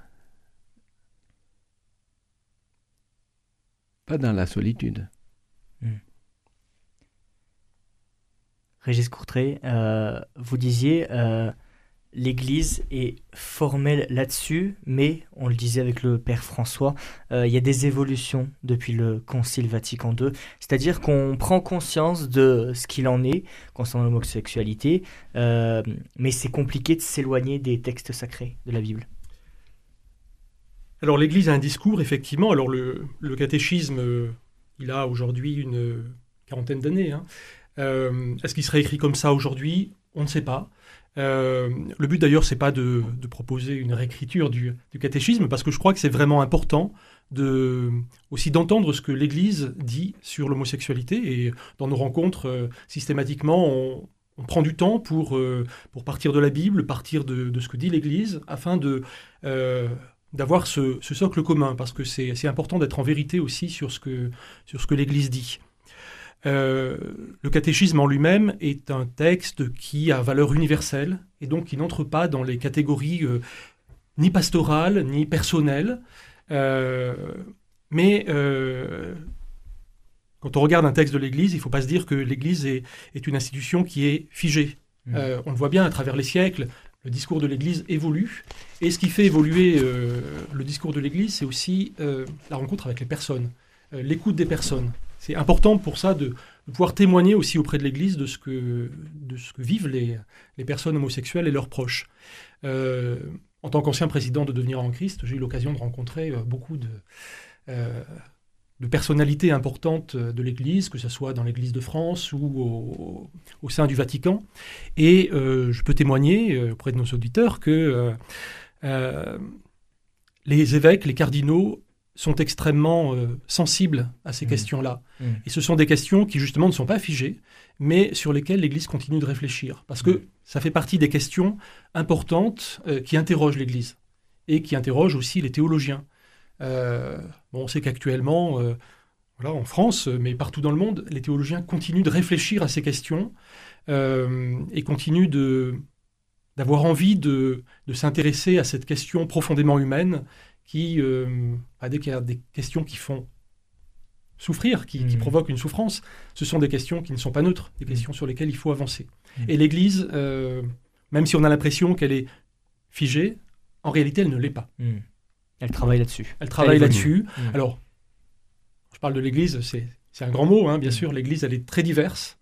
pas dans la solitude. Mmh. Régis Courtrai, euh, vous disiez euh, l'Église est formelle là-dessus, mais on le disait avec le Père François, euh, il y a des évolutions depuis le Concile Vatican deux, c'est-à-dire qu'on prend conscience de ce qu'il en est concernant l'homosexualité, euh, mais c'est compliqué de s'éloigner des textes sacrés de la Bible. Alors l'Église a un discours, effectivement. Alors le, le catéchisme, euh, il a aujourd'hui une quarantaine d'années. Hein. Euh, est-ce qu'il serait écrit comme ça aujourd'hui? On ne sait pas. Euh, le but d'ailleurs, c'est pas de, de proposer une réécriture du, du catéchisme, parce que je crois que c'est vraiment important de, aussi d'entendre ce que l'Église dit sur l'homosexualité. Et dans nos rencontres, euh, systématiquement, on, on prend du temps pour, euh, pour partir de la Bible, partir de, de ce que dit l'Église, afin de... Euh, d'avoir ce, ce socle commun, parce que c'est, c'est important d'être en vérité aussi sur ce que, sur ce que l'Église dit. Euh, le catéchisme en lui-même est un texte qui a valeur universelle, et donc qui n'entre pas dans les catégories euh, ni pastorales, ni personnelles. Euh, mais euh, quand on regarde un texte de l'Église, il ne faut pas se dire que l'Église est, est une institution qui est figée. Mmh. Euh, on le voit bien à travers les siècles, le discours de l'Église évolue, et ce qui fait évoluer euh, le discours de l'Église, c'est aussi euh, la rencontre avec les personnes, euh, l'écoute des personnes. C'est important pour ça de, de pouvoir témoigner aussi auprès de l'Église de ce que, de ce que vivent les, les personnes homosexuelles et leurs proches. Euh, en tant qu'ancien président de Devenir en Christ, j'ai eu l'occasion de rencontrer euh, beaucoup de... Euh, de personnalités importantes de l'Église, que ce soit dans l'Église de France ou au, au sein du Vatican. Et euh, je peux témoigner euh, auprès de nos auditeurs que euh, euh, les évêques, les cardinaux sont extrêmement euh, sensibles à ces mmh. questions-là. Mmh. Et ce sont des questions qui, justement, ne sont pas figées, mais sur lesquelles l'Église continue de réfléchir. Parce que mmh. ça fait partie des questions importantes euh, qui interrogent l'Église et qui interrogent aussi les théologiens. Euh, bon, on sait qu'actuellement, euh, voilà, en France, mais partout dans le monde, les théologiens continuent de réfléchir à ces questions euh, et continuent de, d'avoir envie de, de s'intéresser à cette question profondément humaine qui, euh, dès qu'il y a des questions qui font souffrir, qui, mmh. qui provoquent une souffrance, ce sont des questions qui ne sont pas neutres, des questions mmh. sur lesquelles il faut avancer. Mmh. Et l'Église, euh, même si on a l'impression qu'elle est figée, en réalité, elle ne l'est pas. Mmh. Elle travaille là-dessus. Elle travaille elle là-dessus. Mmh. Alors, je parle de l'Église, c'est, c'est un grand mot, hein, bien mmh. sûr. L'Église, elle est très diverse.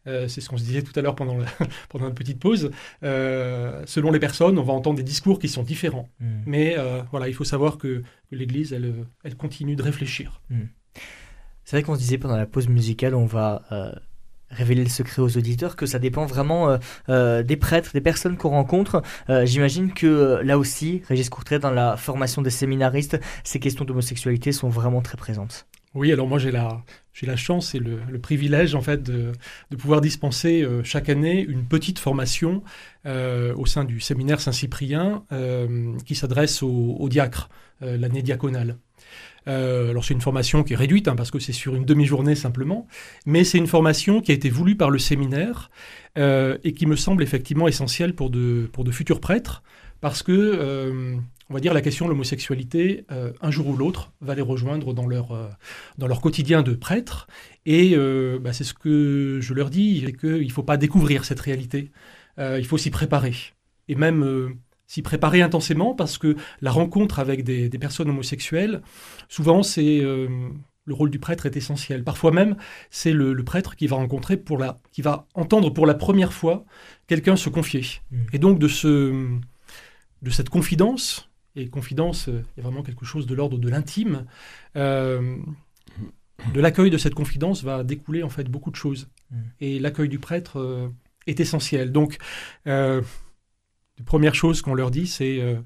Euh, c'est ce qu'on se disait tout à l'heure pendant, la, pendant une petite pause. Euh, selon les personnes, on va entendre des discours qui sont différents. Mmh. Mais euh, voilà, il faut savoir que, que l'Église, elle, elle continue de réfléchir. Mmh. C'est vrai qu'on se disait pendant la pause musicale, on va euh, révéler le secret aux auditeurs, que ça dépend vraiment euh, euh, des prêtres, des personnes qu'on rencontre. Euh, j'imagine que euh, là aussi, Régis Courtrai, dans la formation des séminaristes, ces questions d'homosexualité sont vraiment très présentes. Oui, alors moi j'ai la, j'ai la chance et le, le privilège en fait de, de pouvoir dispenser euh, chaque année une petite formation euh, au sein du séminaire Saint-Cyprien euh, qui s'adresse aux, aux diacres, euh, l'année diaconale. Euh, alors c'est une formation qui est réduite hein, parce que c'est sur une demi-journée simplement, mais c'est une formation qui a été voulue par le séminaire euh, et qui me semble effectivement essentielle pour de, pour de futurs prêtres parce que euh, on va dire la question de l'homosexualité, euh, un jour ou l'autre, va les rejoindre dans leur, euh, dans leur quotidien de prêtre. Et euh, bah, c'est ce que je leur dis, c'est qu'il ne faut pas découvrir cette réalité. Euh, il faut s'y préparer. Et même euh, s'y préparer intensément, parce que la rencontre avec des, des personnes homosexuelles, souvent, c'est, euh, le rôle du prêtre est essentiel. Parfois même, c'est le, le prêtre qui va rencontrer, pour la, qui va entendre pour la première fois quelqu'un se confier. Mmh. Et donc, de, ce, de cette confidence... Et confidence, il y a vraiment quelque chose de l'ordre de l'intime. Euh, de l'accueil de cette confidence va découler en fait beaucoup de choses. Mmh. Et l'accueil du prêtre euh, est essentiel. Donc, euh, la première chose qu'on leur dit, c'est euh,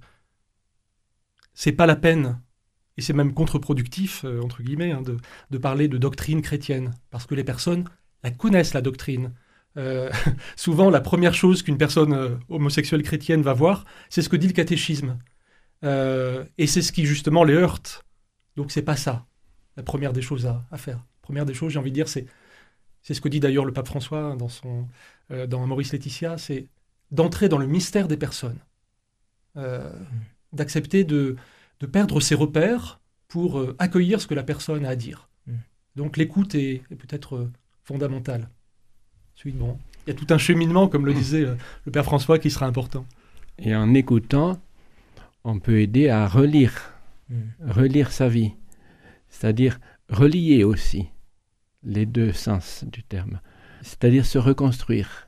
c'est pas la peine, et c'est même contre-productif, euh, entre guillemets, hein, de, de parler de doctrine chrétienne, parce que les personnes la connaissent, la doctrine. Euh, souvent, la première chose qu'une personne euh, homosexuelle chrétienne va voir, c'est ce que dit le catéchisme. Euh, et c'est ce qui justement les heurte. Donc c'est pas ça la première des choses à, à faire. La première des choses, j'ai envie de dire, c'est, c'est ce que dit d'ailleurs le pape François dans, son, euh, dans Amoris Laetitia, c'est d'entrer dans le mystère des personnes, euh, mmh. d'accepter de, de perdre ses repères pour euh, accueillir ce que la personne a à dire. Mmh. Donc l'écoute est, est peut-être euh, fondamentale. Ensuite, bon, il y a tout un cheminement, comme le disait euh, le père François, qui sera important. Et en écoutant, on peut aider à relire, mmh. relire sa vie, c'est-à-dire relier aussi les deux sens du terme, c'est-à-dire se reconstruire,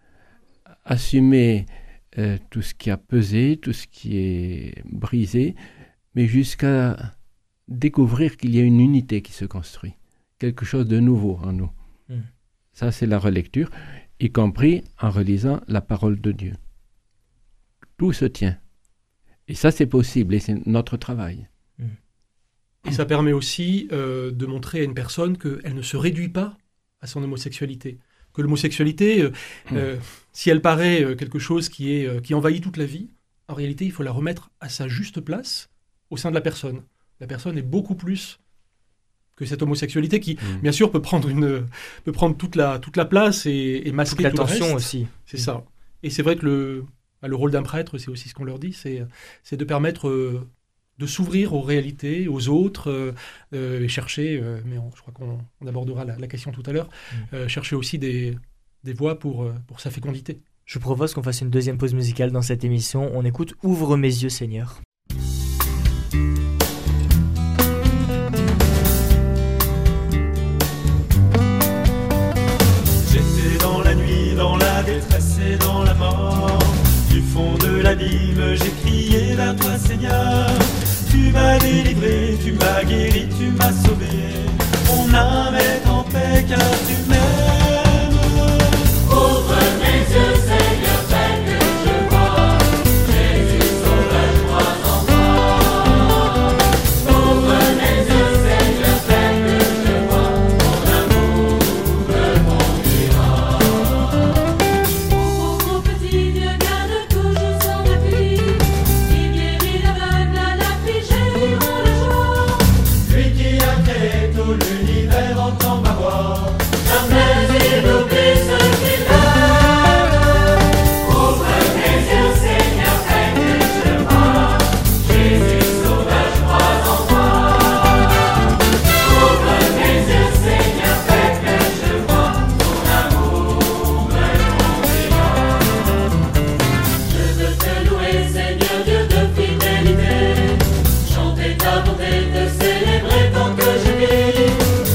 assumer euh, tout ce qui a pesé, tout ce qui est brisé, mais jusqu'à découvrir qu'il y a une unité qui se construit, quelque chose de nouveau en nous. Mmh. Ça, c'est la relecture, y compris en relisant la parole de Dieu. Tout se tient. Et ça, c'est possible, et c'est notre travail. Et ça permet aussi euh, de montrer à une personne qu'elle ne se réduit pas à son homosexualité. Que l'homosexualité, euh, mmh. euh, si elle paraît euh, quelque chose qui, est, euh, qui envahit toute la vie, en réalité, il faut la remettre à sa juste place au sein de la personne. La personne est beaucoup plus que cette homosexualité qui, mmh. bien sûr, peut prendre, une, peut prendre toute, la, toute la place et, et masquer toute tout le reste. l'attention aussi. C'est mmh. ça. Et c'est vrai que le... Le rôle d'un prêtre, c'est aussi ce qu'on leur dit, c'est, c'est de permettre euh, de s'ouvrir aux réalités, aux autres, euh, euh, et chercher, euh, mais on, je crois qu'on on abordera la, la question tout à l'heure, mmh. euh, chercher aussi des, des voies pour, pour sa fécondité. Je propose qu'on fasse une deuxième pause musicale dans cette émission. On écoute « Ouvre mes yeux, Seigneur ». J'étais dans la nuit, dans la détresse et dans la mort. Du fond de l'abîme, j'ai crié vers toi, Seigneur. Tu m'as délivré, tu m'as guéri, tu m'as sauvé. Mon âme est en paix car tu m'aimes. Ouvre mes yeux, Seigneur, fais que je vois. Jésus, sauveur-moi en moi. Ouvre mes yeux, Seigneur, fais que je vois. Ton amour me conduira. Mon petit Dieu garde toujours son appui. Il guérit l'aveugle, à l'affligé durant le jour. Lui qui a créé tout l'univers entend ma voix. Jamais il oublie ce qu'il aime. Ouvre mes yeux, Seigneur, fais que je vois. Jésus, sauveur, je crois en toi. Ouvre mes yeux, Seigneur, fais que je vois. Ton amour me conduira. Je veux te louer, Seigneur, Dieu de fidélité. Chanter ta bonté, te célébrer tant que je vis.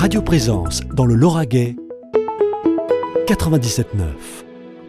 Radio Présence dans le Lauragais, quatre-vingt-dix-sept neuf.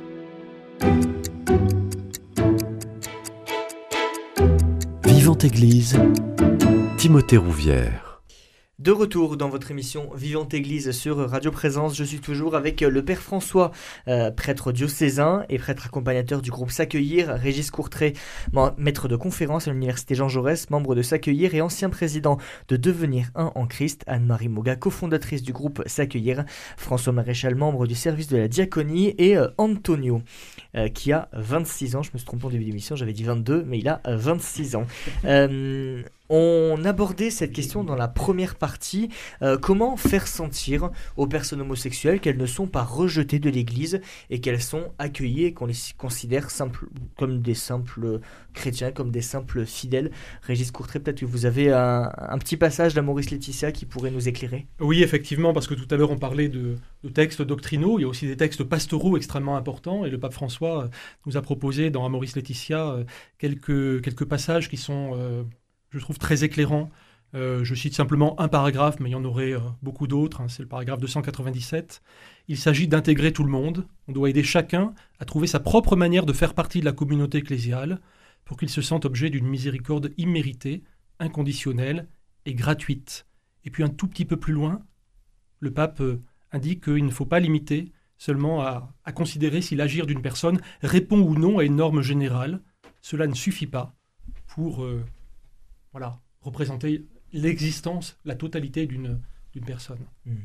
Vivante Église, Timothée Rouvière. De retour dans votre émission Vivante Église sur Radio Présence, je suis toujours avec le Père François, euh, prêtre diocésain et prêtre accompagnateur du groupe S'Accueillir, Régis Courtrai, maître de conférence à l'université Jean Jaurès, membre de S'Accueillir et ancien président de Devenir un en Christ, Anne-Marie Moga, cofondatrice du groupe S'Accueillir, François Maréchal, membre du service de la diaconie et euh, Antonio, euh, qui a vingt-six ans, je me suis trompé au début de l'émission, j'avais dit vingt-deux, mais il a euh, vingt-six ans. Euh, On abordait cette question dans la première partie, euh, comment faire sentir aux personnes homosexuelles qu'elles ne sont pas rejetées de l'Église et qu'elles sont accueillies et qu'on les considère simple, comme des simples chrétiens, comme des simples fidèles. Régis Courtrai, peut-être que vous avez un, un petit passage d'Amoris Laetitia qui pourrait nous éclairer. Oui, effectivement, parce que tout à l'heure on parlait de, de textes doctrinaux, il y a aussi des textes pastoraux extrêmement importants et le pape François nous a proposé dans Amoris Laetitia quelques, quelques passages qui sont... Euh, je trouve très éclairant. Euh, je cite simplement un paragraphe, mais il y en aurait euh, beaucoup d'autres. Hein, c'est le paragraphe deux cent quatre-vingt-dix-sept. Il s'agit d'intégrer tout le monde. On doit aider chacun à trouver sa propre manière de faire partie de la communauté ecclésiale pour qu'il se sente objet d'une miséricorde imméritée, inconditionnelle et gratuite. Et puis un tout petit peu plus loin, le pape euh, indique qu'il ne faut pas limiter seulement à, à considérer si l'agir d'une personne répond ou non à une norme générale. Cela ne suffit pas pour... Euh, Voilà, représenter l'existence, la totalité d'une, d'une personne. Mmh.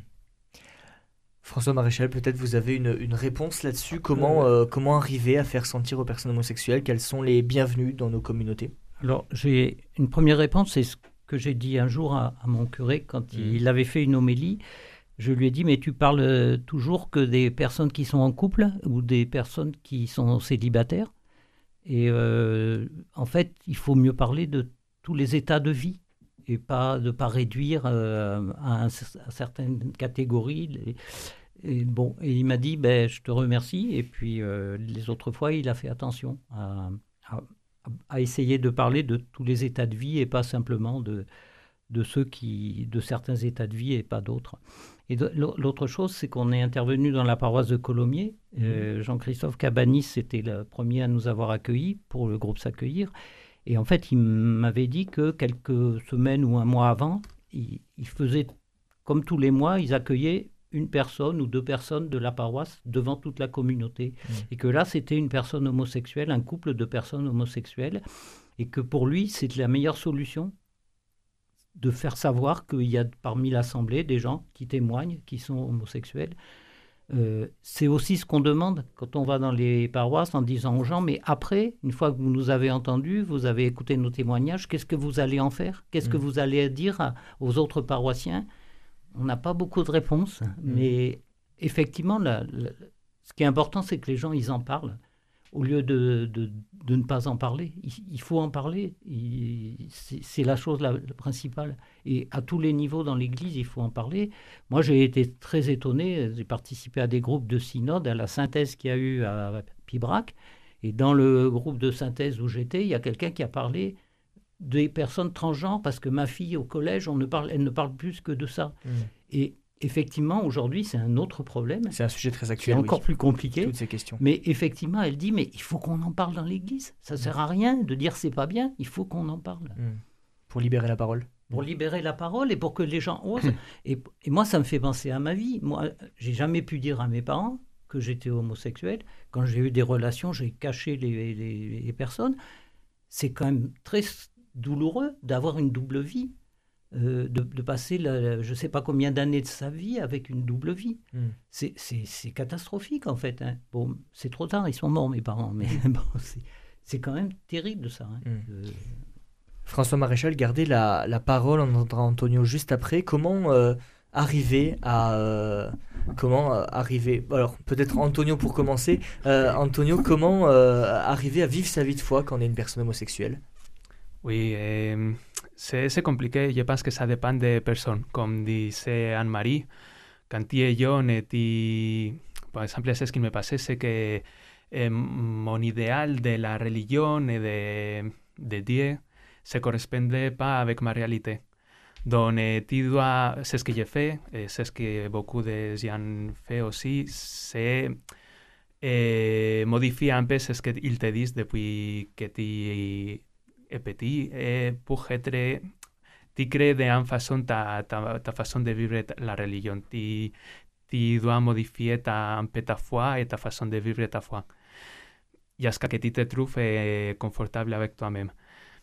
François Maréchal, peut-être vous avez une, une réponse là-dessus. Comment, euh, comment arriver à faire sentir aux personnes homosexuelles qu'elles sont les bienvenues dans nos communautés ? Alors, j'ai une première réponse, c'est ce que j'ai dit un jour à, à mon curé quand mmh. il avait fait une homélie. Je lui ai dit, mais tu parles toujours que des personnes qui sont en couple ou des personnes qui sont célibataires. Et euh, en fait, il faut mieux parler de tous les états de vie et pas de pas réduire euh, à, un, à certaines catégories. Et, et bon, et il m'a dit, ben, je te remercie. Et puis euh, les autres fois, il a fait attention à, à, à essayer de parler de tous les états de vie et pas simplement de de ceux qui, de certains états de vie et pas d'autres. Et de, l'autre chose, c'est qu'on est intervenu dans la paroisse de Colomiers. Mmh. Euh, Jean-Christophe Cabanis était le premier à nous avoir accueillis pour le groupe S'Accueillir. Et en fait, il m'avait dit que quelques semaines ou un mois avant, il, il faisait, comme tous les mois, ils accueillaient une personne ou deux personnes de la paroisse devant toute la communauté. Mmh. Et que là, c'était une personne homosexuelle, un couple de personnes homosexuelles. Et que pour lui, c'est la meilleure solution de faire savoir qu'il y a parmi l'Assemblée des gens qui témoignent, qui sont homosexuels. Euh, c'est aussi ce qu'on demande quand on va dans les paroisses en disant aux gens, mais après, une fois que vous nous avez entendus, vous avez écouté nos témoignages, qu'est-ce que vous allez en faire ? Qu'est-ce mmh. que vous allez dire à, aux autres paroissiens ? On n'a pas beaucoup de réponses, mmh. mais effectivement, la, la, ce qui est important, c'est que les gens, ils en parlent. Au lieu de, de, de ne pas en parler, il, il faut en parler. Il, c'est, c'est la chose la, la principale. Et à tous les niveaux dans l'Église, il faut en parler. Moi, j'ai été très étonné. J'ai participé à des groupes de synode, à la synthèse qu'il y a eu à Pibrac. Et dans le groupe de synthèse où j'étais, il y a quelqu'un qui a parlé des personnes transgenres parce que ma fille au collège, on ne parle, elle ne parle plus que de ça. Mmh. Et effectivement, aujourd'hui, c'est un autre problème. C'est un sujet très actuel, c'est encore oui. plus compliqué. Toutes ces questions. Mais effectivement, elle dit, mais il faut qu'on en parle dans l'Église. Ça ne mmh. sert à rien de dire c'est pas bien, il faut qu'on en parle. Mmh. Pour libérer la parole. Pour libérer la parole et pour que les gens osent. et, et moi, ça me fait penser à ma vie. Moi, j'ai jamais pu dire à mes parents que j'étais homosexuel. Quand j'ai eu des relations, j'ai caché les, les, les personnes. C'est quand même très douloureux d'avoir une double vie. Euh, de, de passer la, la, je ne sais pas combien d'années de sa vie avec une double vie. Mm. C'est, c'est, c'est catastrophique en fait. Hein. Bon, c'est trop tard, ils sont morts mes parents, mais bon, c'est, c'est quand même terrible ça. Hein. Mm. Euh... François Maréchal, gardez la, la parole, on entendra Antonio juste après. Comment euh, arriver à... Euh, comment euh, arriver... Alors peut-être Antonio pour commencer. Euh, Antonio, comment euh, arriver à vivre sa vie de foi quand on est une personne homosexuelle ? Oui, eh, c'est, c'est compliqué. Je pense que ça dépend des personnes. Comme disait Anne-Marie, quand tu es jeune et tu... Par exemple, c'est ce qui me passait, c'est que eh, mon idéal de la religion et de, de Dieu ne correspondait pas avec ma réalité. Donc, eh, tu dois, c'est ce que j'ai fait, et c'est ce que beaucoup de gens font aussi, c'est eh, modifier un peu ce qu'ils te disent depuis que tu es petit, et pour être, tu crées d'une façon ta, ta, ta façon de vivre la religion. Tu, tu dois modifier ta, un peu ta foi et ta façon de vivre ta foi, jusqu'à ce que tu te trouves eh, confortable avec toi-même.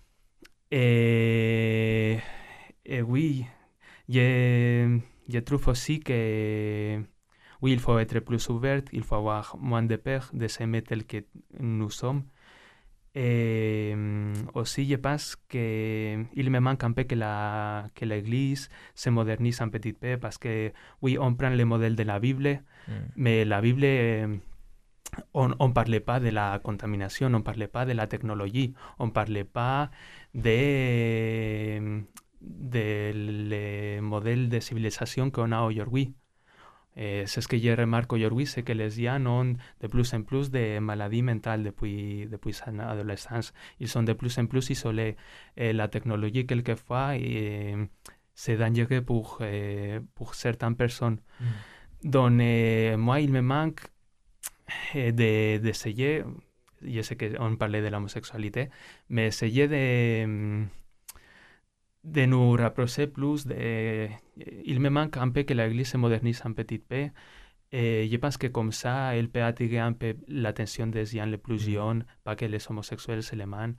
Et, et oui, je, je trouve aussi que oui, il faut être plus ouvert, il faut avoir moins de peur de s'aimer tel que nous sommes. Et aussi, je pense qu'il me manque un peu que, la, que l'Église se modernise un petit peu, parce que oui, on prend le modèle de la Bible, mm. mais la Bible, on ne parlait pas de la contamination, on ne parlait pas de la technologie, on ne parlait pas de, de le modèle de civilisation qu'on a aujourd'hui. Eh, c'est ce que je remarque aujourd'hui, c'est que les gens ont de plus en plus de maladies mentales depuis, depuis l'adolescence. Ils sont de plus en plus isolés. Et la technologie, quelquefois, et, c'est dangereux pour, eh, pour certaines personnes. Mm. Donc, eh, moi, il me manque eh, de, d'essayer, je sais qu'on parlait de l'homosexualité, mais essayer de... de nous rapprocher plus. De... Il me manque un peu que l'Église se modernise un petit peu. Et je pense que comme ça, elle peut attirer un peu l'attention des gens les plus jeunes, pas que les homosexuels se les mènent.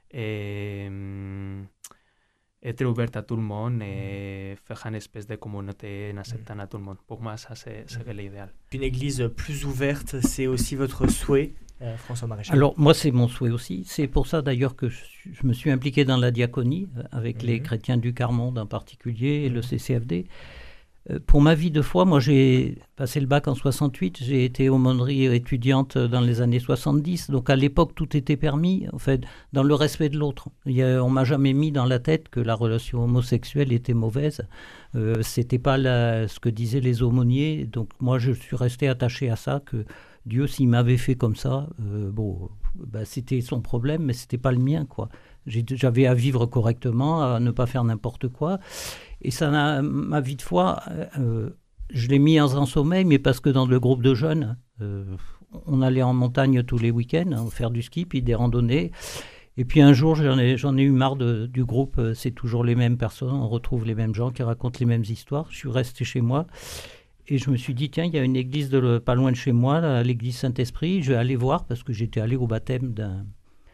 Et um, être ouverte à tout le monde et faire une espèce de communauté en acceptant à tout le monde. Pour moi, ça, c'est, c'est l'idéal. Une Église plus ouverte, c'est aussi votre souhait, euh, François Maréchal? Alors, moi, c'est mon souhait aussi. C'est pour ça, d'ailleurs, que je, je me suis impliqué dans la diaconie, avec mmh. les chrétiens du Quart-Monde en particulier, et mmh. le C C F D. Euh, pour ma vie de foi, moi, j'ai passé le bac en soixante-huit. J'ai été aumônerie étudiante dans les années soixante-dix. Donc, à l'époque, tout était permis, en fait, dans le respect de l'autre. Il y a, on ne m'a jamais mis dans la tête que la relation homosexuelle était mauvaise. Euh, ce n'était pas la, ce que disaient les aumôniers. Donc, moi, je suis resté attaché à ça, que Dieu, s'il m'avait fait comme ça, euh, bon, bah, c'était son problème, mais ce n'était pas le mien, quoi. J'ai, j'avais à vivre correctement, à ne pas faire n'importe quoi. Et ça, ma vie de foi, euh, je l'ai mis en sommeil, mais parce que dans le groupe de jeunes, euh, on allait en montagne tous les week-ends, hein, faire du ski, puis des randonnées. Et puis un jour, j'en ai, j'en ai eu marre de, du groupe. C'est toujours les mêmes personnes, on retrouve les mêmes gens qui racontent les mêmes histoires. Je suis resté chez moi. Et je me suis dit, tiens, il y a une église de le, pas loin de chez moi, là, l'église Saint-Esprit. Je vais aller voir, parce que j'étais allé au baptême d'un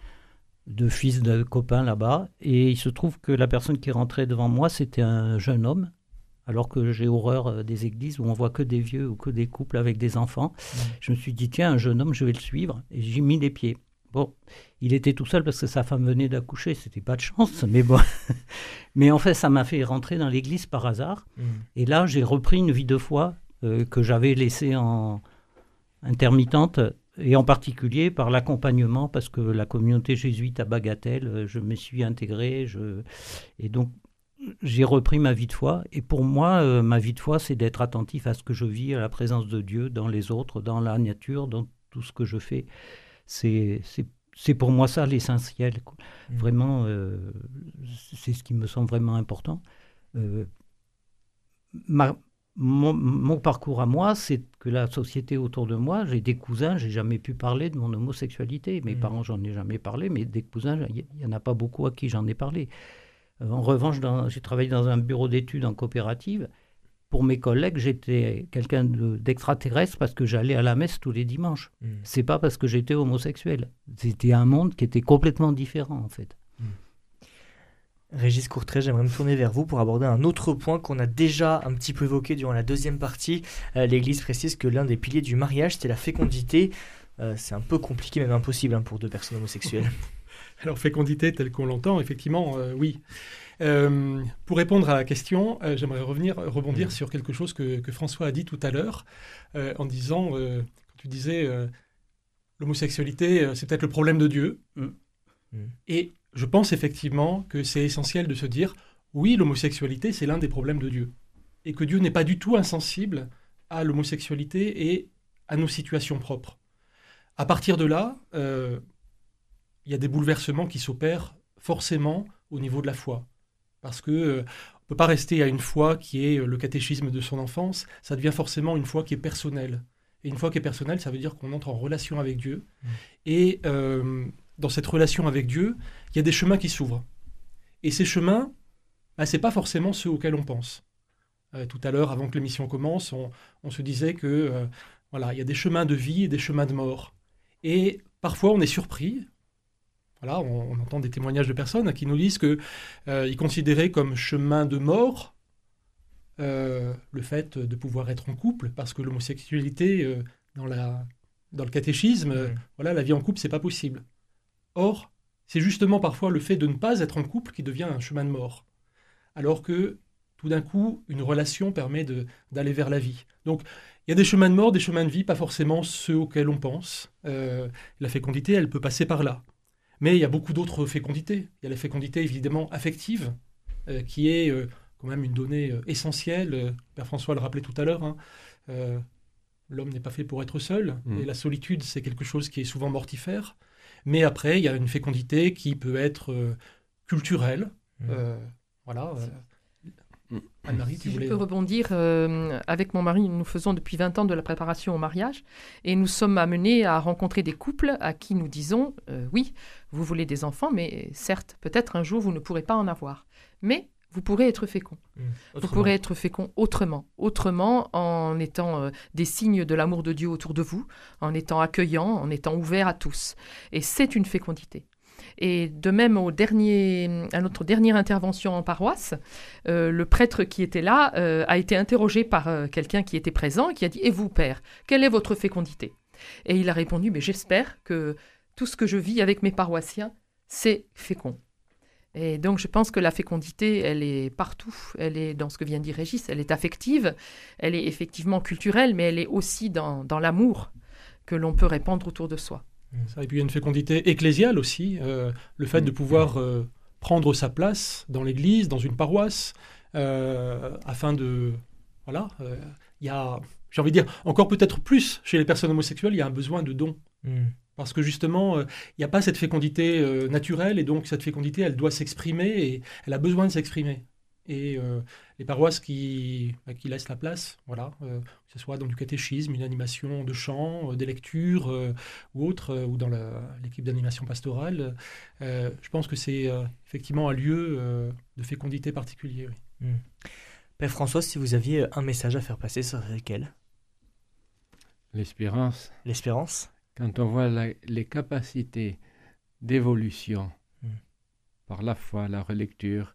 de fils de copain là-bas. Et il se trouve que la personne qui rentrait devant moi, c'était un jeune homme, alors que j'ai horreur des églises où on voit que des vieux ou que des couples avec des enfants. Mmh. Je me suis dit, tiens, un jeune homme, je vais le suivre. Et j'ai mis les pieds. Bon, il était tout seul parce que sa femme venait d'accoucher, c'était pas de chance, mais bon. Mais en fait, ça m'a fait rentrer dans l'église par hasard. Mmh. Et là, j'ai repris une vie de foi euh, que j'avais laissée en intermittente, et en particulier par l'accompagnement, parce que la communauté jésuite à Bagatelle, je me suis intégré, je... et donc j'ai repris ma vie de foi. Et pour moi, euh, ma vie de foi, c'est d'être attentif à ce que je vis, à la présence de Dieu dans les autres, dans la nature, dans tout ce que je fais. C'est, c'est, c'est pour moi ça l'essentiel, quoi. Mmh. Vraiment, euh, c'est ce qui me semble vraiment important. Euh, ma, mon, mon parcours à moi, c'est que la société autour de moi, j'ai des cousins, j'ai jamais pu parler de mon homosexualité. Mes mmh. parents, j'en ai jamais parlé, mais des cousins, il n'y en a pas beaucoup à qui j'en ai parlé. Euh, en revanche, dans, j'ai travaillé dans un bureau d'études en coopérative. Pour mes collègues, j'étais quelqu'un de, d'extraterrestre parce que j'allais à la messe tous les dimanches. Mmh. C'est pas parce que j'étais homosexuel. C'était un monde qui était complètement différent, en fait. Mmh. Régis Courtrai, j'aimerais me tourner vers vous pour aborder un autre point qu'on a déjà un petit peu évoqué durant la deuxième partie. Euh, L'Église précise que l'un des piliers du mariage, c'est la fécondité. Euh, c'est un peu compliqué, même impossible, hein, pour deux personnes homosexuelles. Alors, fécondité telle qu'on l'entend, effectivement, euh, oui. Euh, pour répondre à la question, euh, j'aimerais revenir, rebondir mmh. sur quelque chose que, que François a dit tout à l'heure, euh, en disant, euh, quand tu disais, euh, l'homosexualité, euh, c'est peut-être le problème de Dieu. Mmh. Mmh. Et je pense effectivement que c'est essentiel de se dire, oui, l'homosexualité, c'est l'un des problèmes de Dieu. Et que Dieu n'est pas du tout insensible à l'homosexualité et à nos situations propres. À partir de là, euh, il y a des bouleversements qui s'opèrent forcément au niveau de la foi. Parce que, peut pas rester à une foi qui est le catéchisme de son enfance, ça devient forcément une foi qui est personnelle. Et une foi qui est personnelle, ça veut dire qu'on entre en relation avec Dieu. Mmh. Et euh, dans cette relation avec Dieu, il y a des chemins qui s'ouvrent. Et ces chemins, bah, ce n'est pas forcément ceux auxquels on pense. Euh, tout à l'heure, avant que l'émission commence, on, on se disait que euh, voilà, il y a des chemins de vie et des chemins de mort. Et parfois, on est surpris. Voilà, on, on entend des témoignages de personnes qui nous disent qu'ils euh, considéraient comme chemin de mort euh, le fait de pouvoir être en couple, parce que l'homosexualité, euh, dans, la, dans le catéchisme, euh, voilà, la vie en couple, c'est pas possible. Or, c'est justement parfois le fait de ne pas être en couple qui devient un chemin de mort. Alors que, tout d'un coup, une relation permet de, d'aller vers la vie. Donc, il y a des chemins de mort, des chemins de vie, pas forcément ceux auxquels on pense. Euh, la fécondité, elle peut passer par là. Mais il y a beaucoup d'autres fécondités. Il y a la fécondité, évidemment, affective, euh, qui est euh, quand même une donnée euh, essentielle. Euh, Père François le rappelait tout à l'heure. Hein. Euh, l'homme n'est pas fait pour être seul. Mmh. Et la solitude, c'est quelque chose qui est souvent mortifère. Mais après, il y a une fécondité qui peut être euh, culturelle. Mmh. Euh, voilà. Euh, Anne-Marie, si tu voulais... je peux rebondir, euh, avec mon mari, nous faisons depuis vingt ans de la préparation au mariage et nous sommes amenés à rencontrer des couples à qui nous disons euh, oui, vous voulez des enfants, mais certes, peut-être un jour vous ne pourrez pas en avoir. Mais vous pourrez être fécond. Mmh, vous pourrez être fécond autrement, autrement en étant euh, des signes de l'amour de Dieu autour de vous, en étant accueillant, en étant ouvert à tous. Et c'est une fécondité. Et de même, au dernier, à notre dernière intervention en paroisse, euh, le prêtre qui était là euh, a été interrogé par euh, quelqu'un qui était présent et qui a dit « Et vous, père, quelle est votre fécondité ?» Et il a répondu « Mais j'espère que tout ce que je vis avec mes paroissiens, c'est fécond. » Et donc, je pense que la fécondité, elle est partout. Elle est dans ce que vient de dire Régis, elle est affective, elle est effectivement culturelle, mais elle est aussi dans, dans l'amour que l'on peut répandre autour de soi. Et puis il y a une fécondité ecclésiale aussi, euh, le fait de pouvoir euh, prendre sa place dans l'église, dans une paroisse, euh, afin de... Voilà, euh, il y a, j'ai envie de dire, encore peut-être plus chez les personnes homosexuelles, il y a un besoin de don. Mm. Parce que justement, il euh, n'y a pas cette fécondité euh, naturelle, et donc cette fécondité, elle doit s'exprimer, et elle a besoin de s'exprimer. Et euh, les paroisses qui, bah, qui laissent la place, voilà, euh, que ce soit dans du catéchisme, une animation de chant, euh, des lectures euh, ou autre, euh, ou dans la, l'équipe d'animation pastorale, euh, je pense que c'est euh, effectivement un lieu euh, de fécondité particulier. Oui. Mmh. Père François, si vous aviez un message à faire passer, ce serait lequel ? L'espérance. L'espérance ? Quand on voit la, les capacités d'évolution mmh. par la foi, la relecture,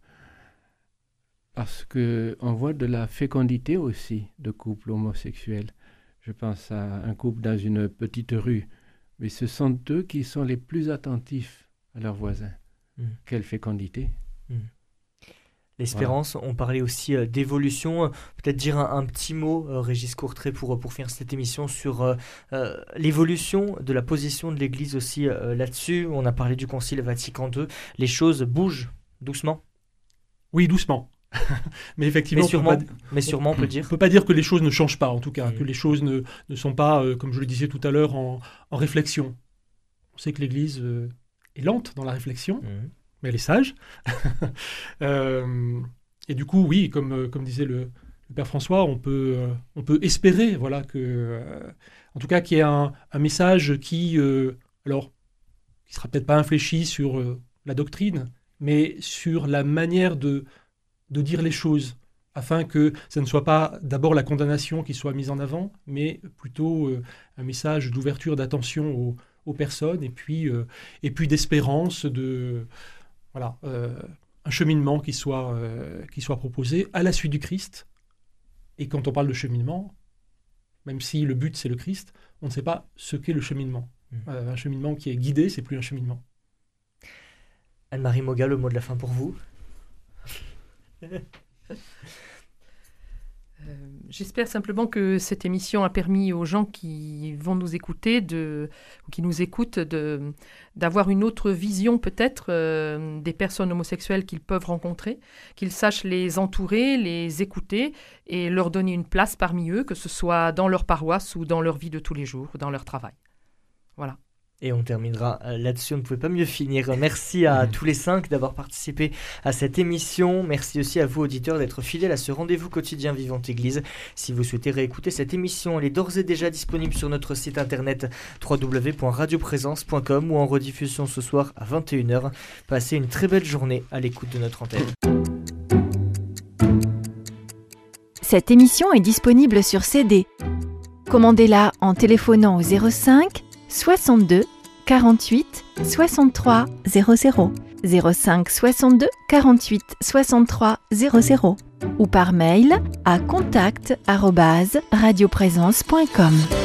parce qu'on voit de la fécondité aussi de couples homosexuels. Je pense à un couple dans une petite rue, mais ce sont eux qui sont les plus attentifs à leurs voisins. Mmh. Quelle fécondité. Mmh. L'espérance, voilà. On parlait aussi euh, d'évolution. Peut-être dire un, un petit mot, euh, Régis Courtrai, pour, pour finir cette émission, sur euh, euh, l'évolution de la position de l'Église aussi euh, là-dessus. On a parlé du Concile Vatican deux. Les choses bougent doucement. Oui, doucement. mais effectivement, mais sûrement, on peut pas, mais sûrement, on peut dire. On ne peut pas dire que les choses ne changent pas, en tout cas, mmh. que les choses ne, ne sont pas, euh, comme je le disais tout à l'heure, en, en réflexion. On sait que l'Église euh, est lente dans la réflexion, mmh. mais elle est sage. euh, et du coup, oui, comme, euh, comme disait le, le Père François, on peut, euh, on peut espérer, voilà, que, euh, en tout cas, qu'il y ait un, un message qui, euh, alors, qui sera peut-être pas infléchi sur euh, la doctrine, mais sur la manière de de dire les choses, afin que ce ne soit pas d'abord la condamnation qui soit mise en avant, mais plutôt euh, un message d'ouverture, d'attention aux, aux personnes, et puis, euh, et puis d'espérance, de, voilà, euh, un cheminement qui soit, euh, qui soit proposé à la suite du Christ. Et quand on parle de cheminement, même si le but c'est le Christ, on ne sait pas ce qu'est le cheminement. Mmh. Euh, un cheminement qui est guidé, c'est plus un cheminement. Anne-Marie Moga, le mot de la fin pour vous. Euh, j'espère simplement que cette émission a permis aux gens qui vont nous écouter, de, ou qui nous écoutent, de, d'avoir une autre vision peut-être euh, des personnes homosexuelles qu'ils peuvent rencontrer, qu'ils sachent les entourer, les écouter et leur donner une place parmi eux, que ce soit dans leur paroisse ou dans leur vie de tous les jours, dans leur travail. Voilà. Et on terminera là-dessus, on ne pouvait pas mieux finir. Merci à mmh. tous les cinq d'avoir participé à cette émission. Merci aussi à vous, auditeurs, d'être fidèles à ce rendez-vous quotidien Vivante Église. Si vous souhaitez réécouter cette émission, elle est d'ores et déjà disponible sur notre site internet w w w point radio présence point com ou en rediffusion ce soir à vingt et une heures. Passez une très belle journée à l'écoute de notre antenne. Cette émission est disponible sur C D. Commandez-la en téléphonant au zéro cinq soixante-deux quarante-huit soixante-trois zéro zéro zéro cinq soixante-deux quarante-huit soixante-trois zéro zéro ou par mail à contact arobase radio présence point com.